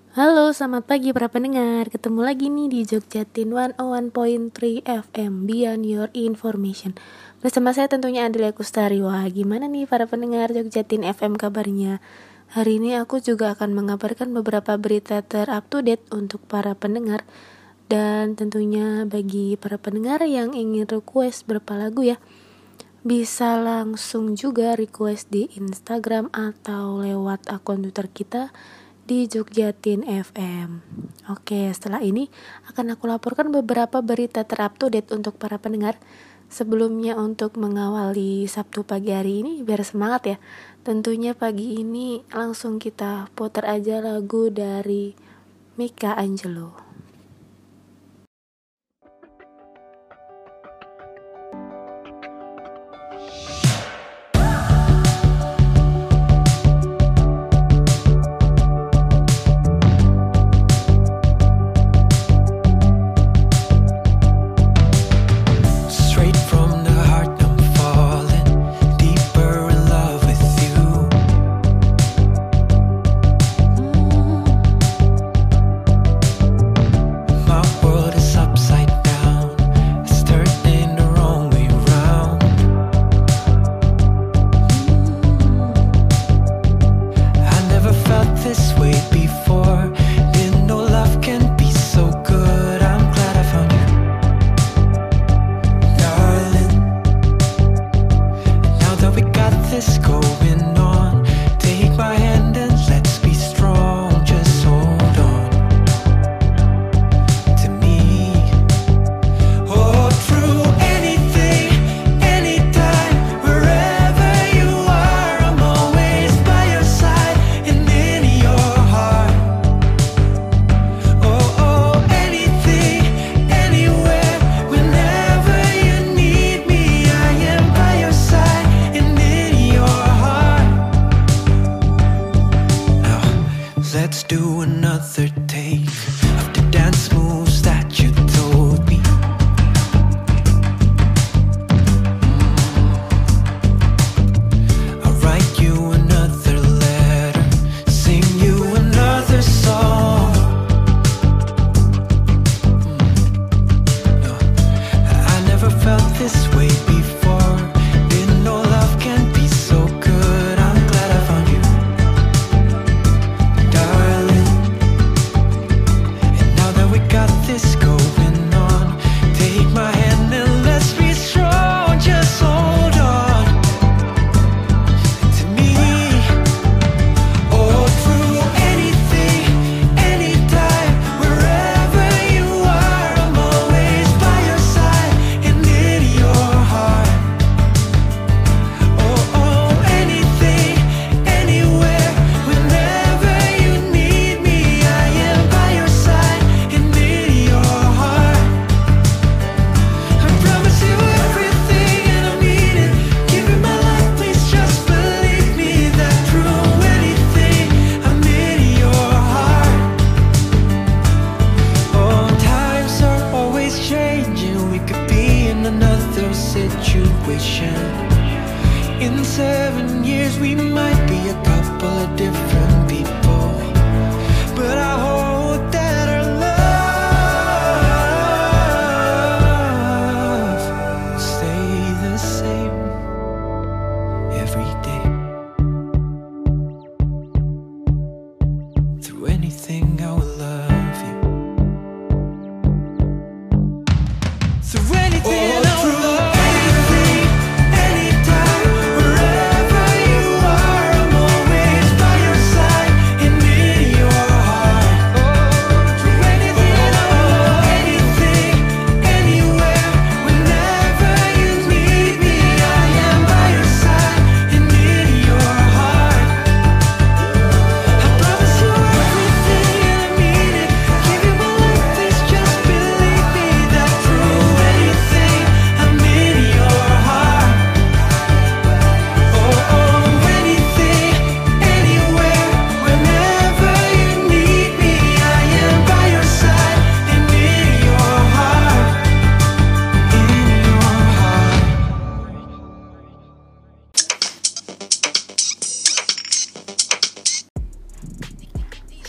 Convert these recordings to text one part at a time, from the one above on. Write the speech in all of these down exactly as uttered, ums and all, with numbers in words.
Halo, selamat pagi para pendengar. Ketemu lagi nih di Jogjatin seratus satu koma tiga F M Beyond Your Information. Bersama saya tentunya Adelia Kustari. Wah, gimana nih para pendengar Jogjatin F M kabarnya? Hari ini aku juga akan mengabarkan beberapa berita ter-up-to-date untuk para pendengar. Dan tentunya bagi para pendengar yang ingin request beberapa lagu ya, bisa langsung juga request di Instagram atau lewat akun Twitter kita di Jogjatin F M. Oke, setelah ini akan aku laporkan beberapa berita ter-up-to-date untuk para pendengar. Sebelumnya untuk mengawali Sabtu pagi hari ini biar semangat ya. Tentunya pagi ini langsung kita putar aja lagu dari Mika Angelo. Let's do another take of the dance moves that you told me. I'll write you another letter, sing you another song. No, I never felt this way before. Didn't know love can be so good. I'm glad I found you. In seven years we might be a couple of different people, but I hope that our love will stay the same every day. Through anything I will love you. Through anything I will love you. Me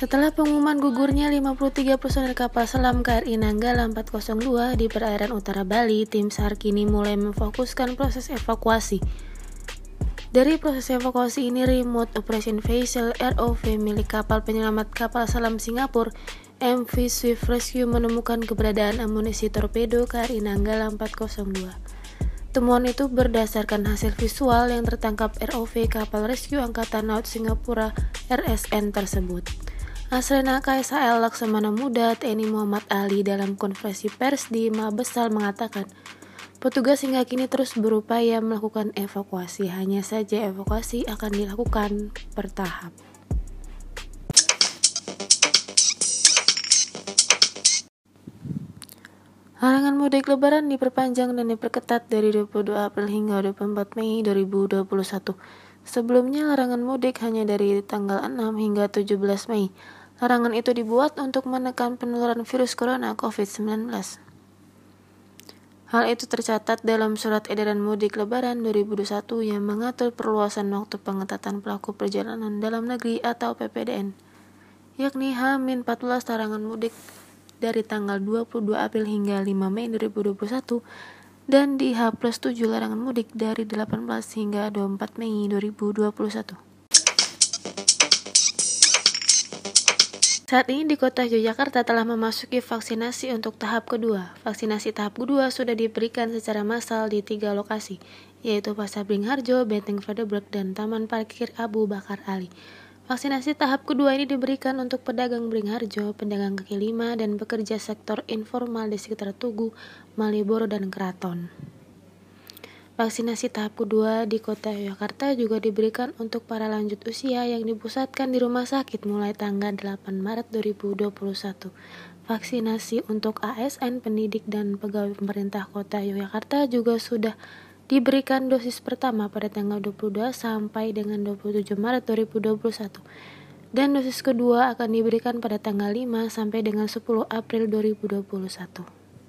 Setelah pengumuman gugurnya lima puluh tiga personel kapal selam K R I Nanggala empat nol dua di perairan utara Bali, tim SAR kini mulai memfokuskan proses evakuasi. Dari proses evakuasi ini, Remote Operation Vessel R O V milik kapal penyelamat kapal selam Singapura M V Swift Rescue menemukan keberadaan amunisi torpedo K R I Nanggala empat nol dua. Temuan itu berdasarkan hasil visual yang tertangkap R O V kapal rescue Angkatan Laut Singapura R S N tersebut. Asrena K S H L Laksamana Muda T N I Muhammad Ali dalam konferensi pers di Mabesal mengatakan, petugas hingga kini terus berupaya melakukan evakuasi, hanya saja evakuasi akan dilakukan bertahap. Larangan mudik lebaran diperpanjang dan diperketat dari dua puluh dua April hingga dua puluh empat Mei dua ribu dua puluh satu. Sebelumnya larangan mudik hanya dari tanggal enam hingga tujuh belas Mei. Larangan itu dibuat untuk menekan penularan virus corona covid sembilan belas. Hal itu tercatat dalam Surat Edaran Mudik Lebaran dua ribu dua puluh satu yang mengatur perluasan waktu pengetatan pelaku perjalanan dalam negeri atau P P D N, yakni H minus empat belas larangan mudik dari tanggal dua puluh dua April hingga lima Mei dua ribu dua puluh satu dan di H plus tujuh larangan mudik dari delapan belas hingga dua puluh empat Mei dua ribu dua puluh satu. Saat ini di kota Yogyakarta telah memasuki vaksinasi untuk tahap kedua. Vaksinasi tahap kedua sudah diberikan secara massal di tiga lokasi, yaitu Pasar Beringharjo, Benteng Frederick, dan Taman Parkir Abu Bakar Ali. Vaksinasi tahap kedua ini diberikan untuk pedagang Beringharjo, pedagang kaki lima, dan pekerja sektor informal di sekitar Tugu, Malioboro, dan Keraton. Vaksinasi tahap kedua di kota Yogyakarta juga diberikan untuk para lanjut usia yang dipusatkan di rumah sakit mulai tanggal delapan Maret dua ribu dua puluh satu. Vaksinasi untuk A S N, pendidik, dan pegawai pemerintah kota Yogyakarta juga sudah diberikan dosis pertama pada tanggal dua puluh dua sampai dengan dua puluh tujuh Maret dua ribu dua puluh satu. Dan dosis kedua akan diberikan pada tanggal lima sampai dengan sepuluh April dua ribu dua puluh satu.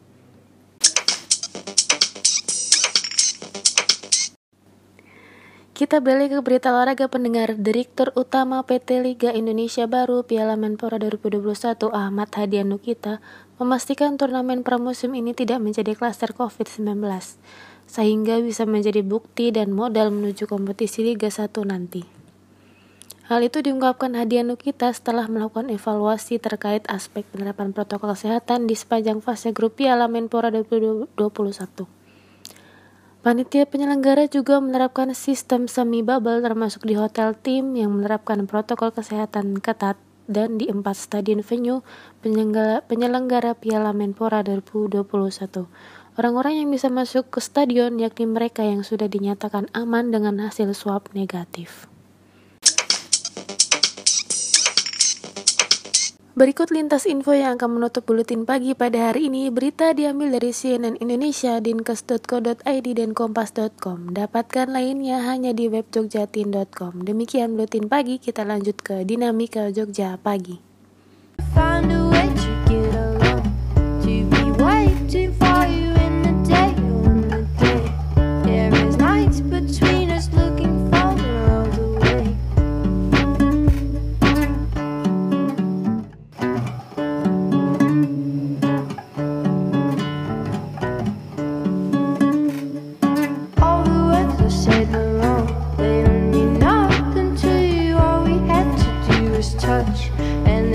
Kita beralih ke berita olahraga pendengar. Direktur Utama P T Liga Indonesia Baru Piala Menpora dua ribu dua puluh satu Ahmad Hadian Lukita memastikan turnamen pramusim ini tidak menjadi klaster covid sembilan belas, sehingga bisa menjadi bukti dan modal menuju kompetisi Liga satu nanti. Hal itu diungkapkan Hadian Lukita setelah melakukan evaluasi terkait aspek penerapan protokol kesehatan di sepanjang fase grup Piala Menpora dua ribu dua puluh satu. Panitia penyelenggara juga menerapkan sistem semi-bubble termasuk di hotel tim yang menerapkan protokol kesehatan ketat dan di empat stadion venue penyelenggara, penyelenggara Piala Menpora dua ribu dua puluh satu. Orang-orang yang bisa masuk ke stadion yakni mereka yang sudah dinyatakan aman dengan hasil swab negatif. Berikut lintas info yang akan menutup buletin pagi pada hari ini. Berita diambil dari C N N Indonesia, dinkes dot co dot i d, dan kompas dot com. Dapatkan lainnya hanya di web jogjatin dot com. Demikian buletin pagi, kita lanjut ke Dinamika Jogja Pagi. Touch and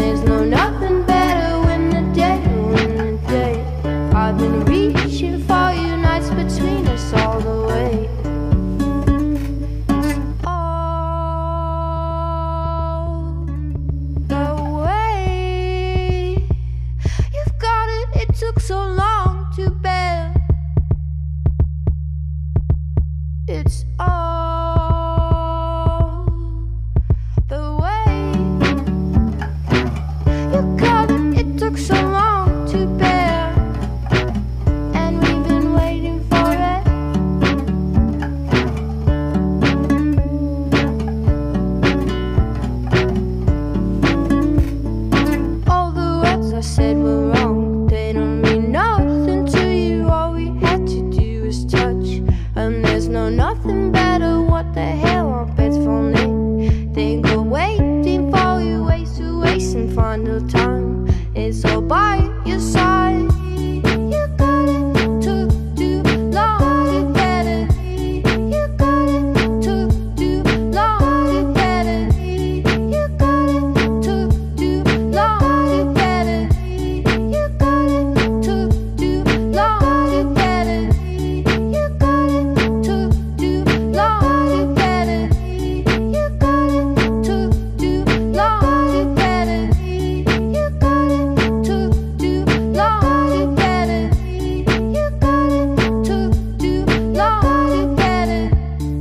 final time. It's all by your side. You got it took too long. You get it. You got it took too long. You get it. You got it took too long. You get it. You got it took too long. You get it. You got it took too long. You get it. You got it took too long. You get it. You got it took too long. You get it. You got it took too long. You get it.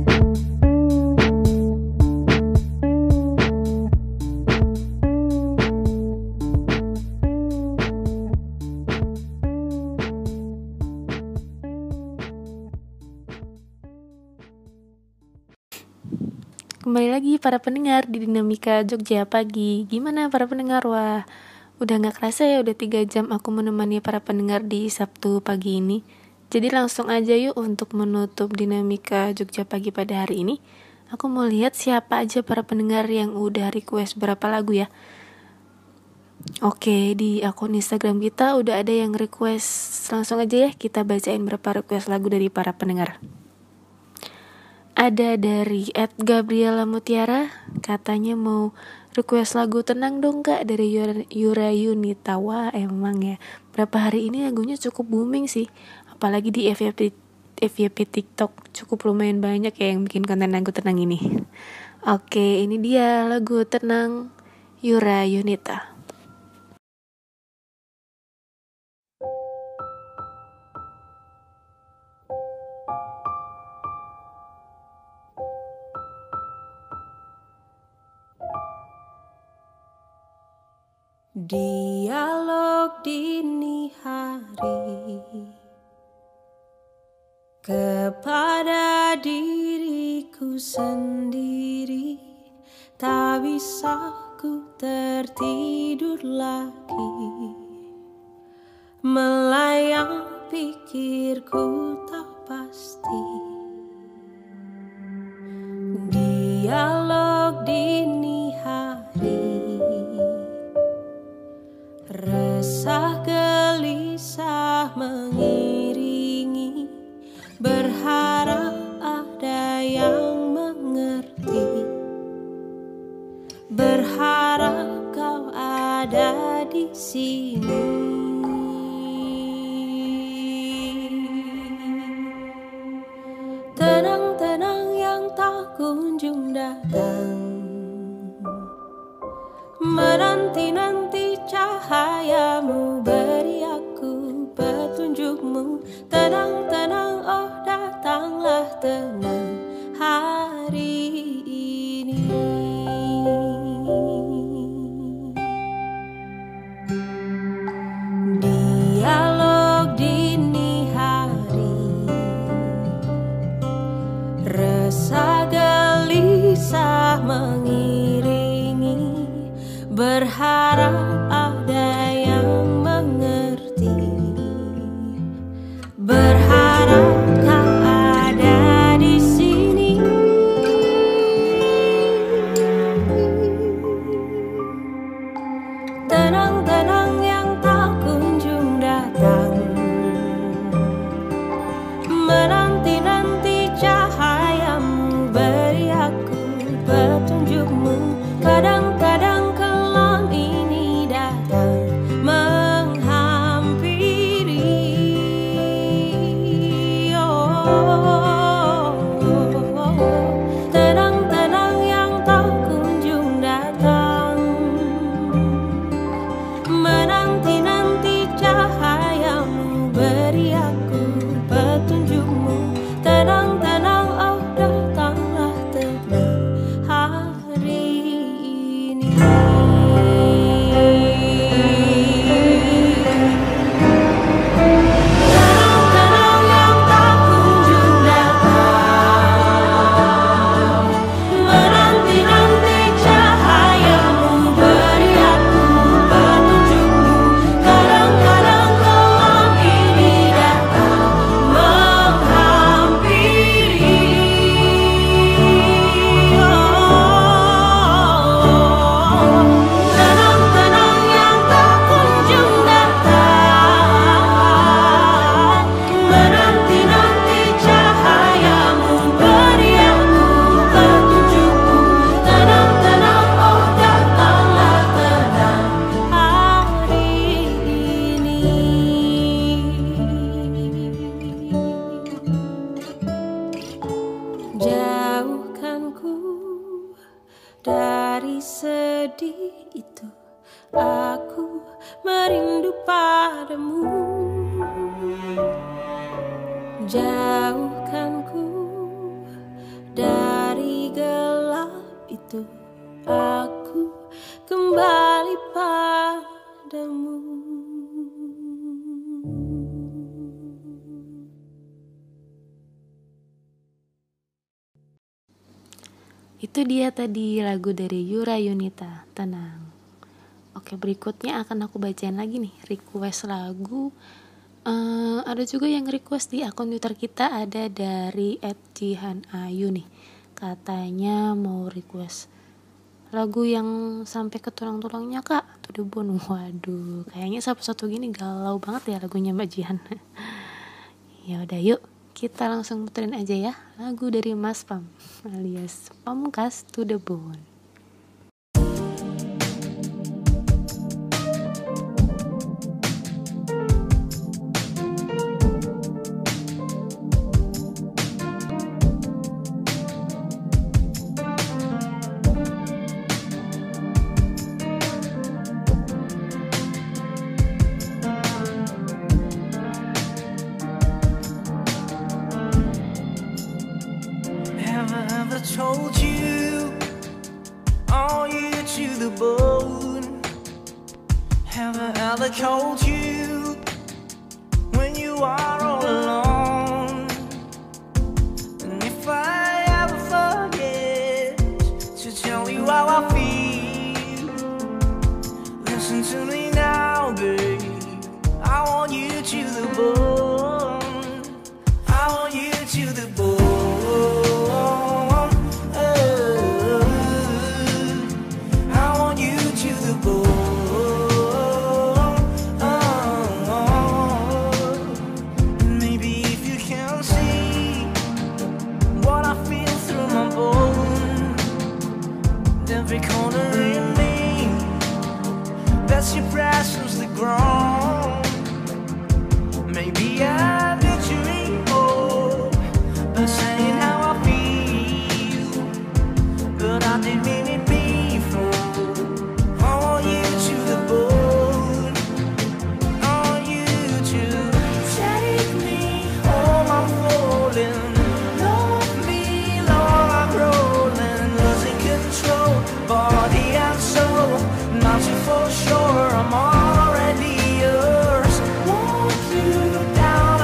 Kembali lagi para pendengar di Dinamika Jogja Pagi. Gimana para pendengar? Wah, udah gak kerasa ya udah tiga jam aku menemani para pendengar di Sabtu pagi ini. Jadi langsung aja yuk untuk menutup Dinamika Jogja Pagi pada hari ini. Aku mau lihat siapa aja para pendengar yang udah request berapa lagu ya. Oke, di akun Instagram kita udah ada yang request. Langsung aja ya kita bacain berapa request lagu dari para pendengar. Ada dari et Gabriela Mutiara, katanya mau request lagu Tenang dong kak dari Yura, Yura Yunita. Wah emang ya, berapa hari ini lagunya cukup booming sih. Apalagi di F Y P, F Y P TikTok cukup lumayan banyak ya yang bikin konten lagu Tenang ini. Oke, ini dia lagu Tenang Yura Yunita. Dialog dini hari kepada diriku sendiri, tak bisa ku tertidur lagi, melayang pikirku tak pasti. Dialog dini hari, resah gelisah mengiringi, berharap ada yang mengerti, berharap kau ada di sini. Tenang-tenang yang tak kunjung datang, menanti-nanti cahayamu, beri aku petunjukmu. Tenang-tenang, oh datanglah tenang hari ini. Dialog dini hari, resah gelisah mengiringi, berharap ada yang mengerti, berharap kau ada di sini. Tenang-tenang yang tak kunjung datang, menanti-nanti cahayamu, beri aku petunjukmu. Kadang-kadang kelam ini datang menghampiri, oh, tenang-tenang yang tak kunjung datang, menanti Aku merindu padamu. Jauhkanku dari gelap itu, aku kembali padamu. Itu dia tadi lagu dari Yura Yunita, Tenang. Oke, berikutnya akan aku bacain lagi nih request lagu. Uh, ada juga yang request di akun Twitter kita, ada dari et jihan ayu nih. Katanya mau request lagu yang sampai ke tulang-tulangnya kak, To The Bone. Waduh, kayaknya satu-satu gini galau banget ya lagunya Mbak Jihan. Ya udah yuk, kita langsung puterin aja ya lagu dari Mas Pam alias Pamungkas, To The Bone. Told you, are you to the bone? Have I ever told you when you are all alone? And if I ever forget to tell you how I feel, listen to me now, babe. I want you to the bone. I want you to the bone. Every corner in me, that's your presence the ground. Maybe I did you hope by saying how I feel, but I didn't mean it before. I want you to the bone. I want you to take me home. I'm falling. Love me, Lord, I'm rolling, losing control. Body and soul, not for sure, I'm already yours. Want you down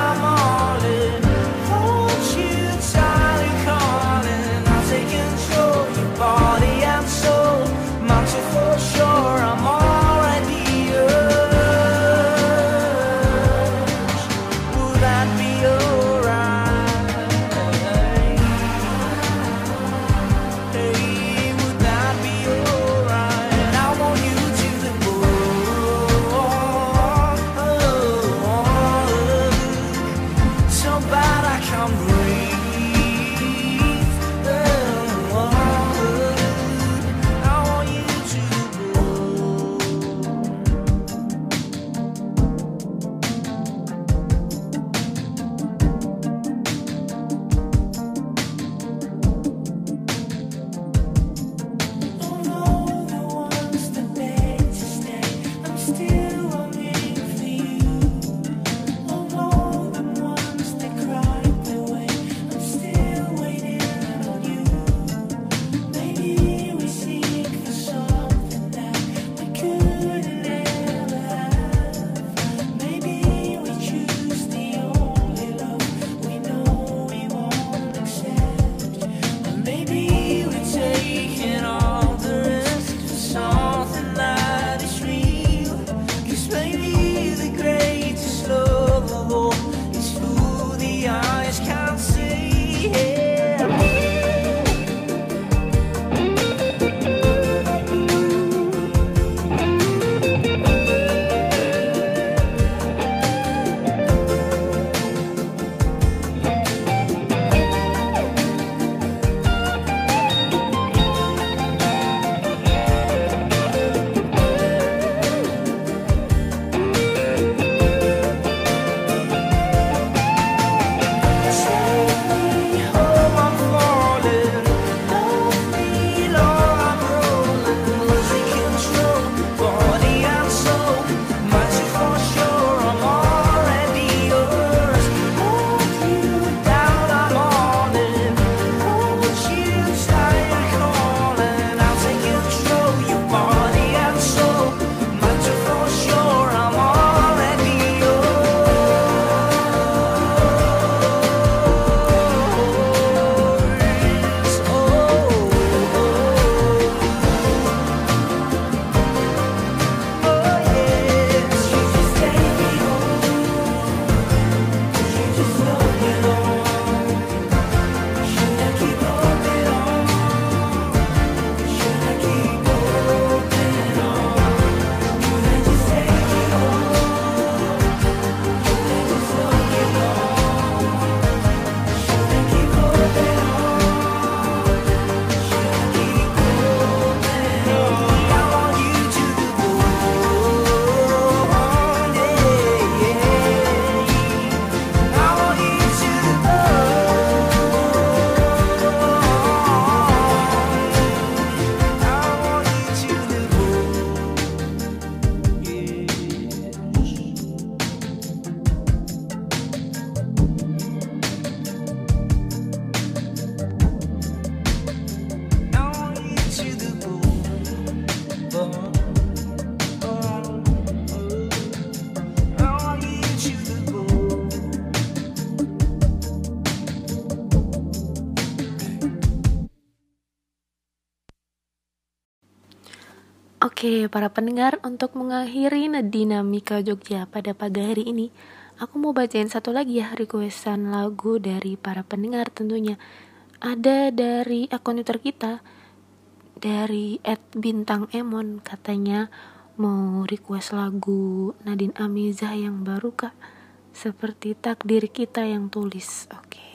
Oke, para pendengar, untuk mengakhiri dinamika Jogja pada pagi hari ini, aku mau bacain satu lagi ya requestan lagu dari para pendengar tentunya. Ada dari akun Twitter kita, dari et bintang emon, katanya mau request lagu Nadine Amizah yang baru kak, seperti takdir kita yang tulis. Oke,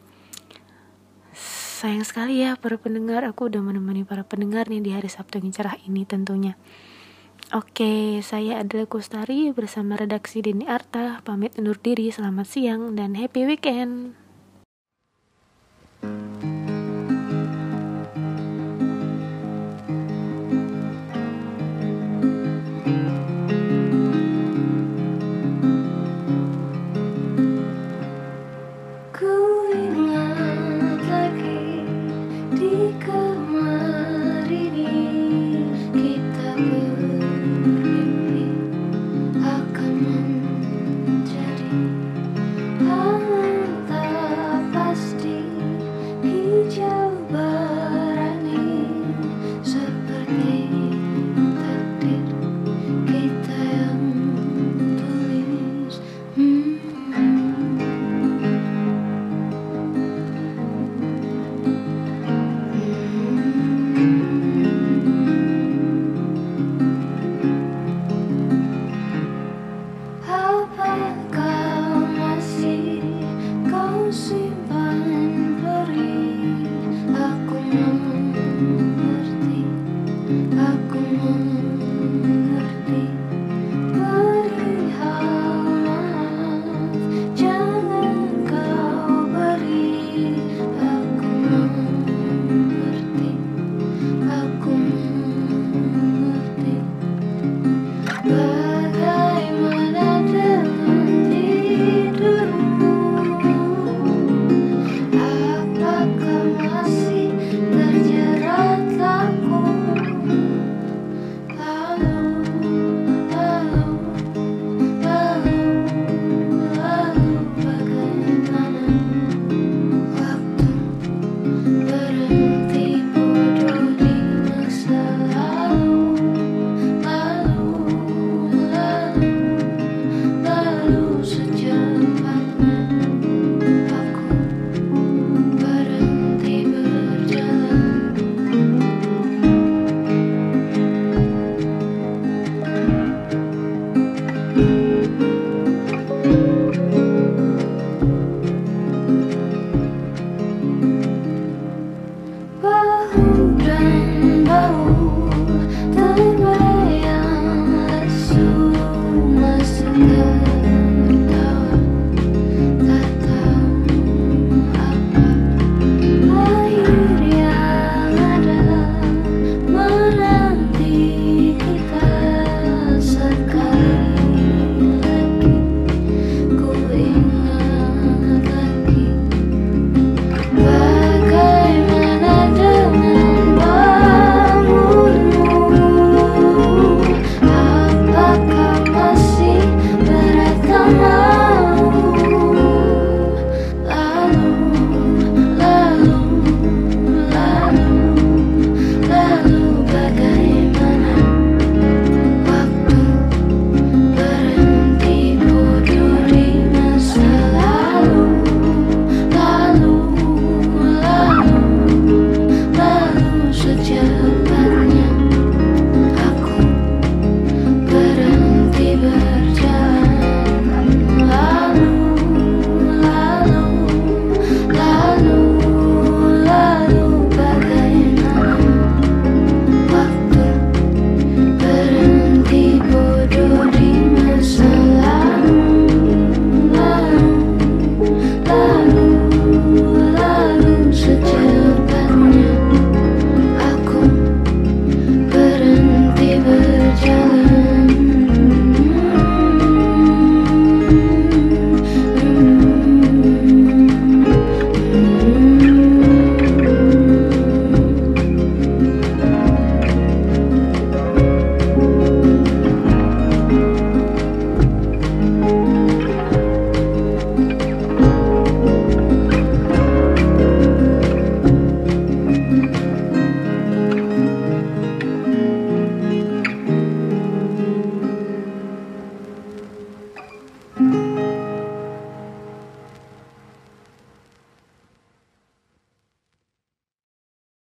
sayang sekali ya para pendengar, aku udah menemani para pendengar nih di hari Sabtu yang cerah ini tentunya. Oke, saya Adela Kustari bersama redaksi Deni Arta pamit undur diri. Selamat siang dan happy weekend.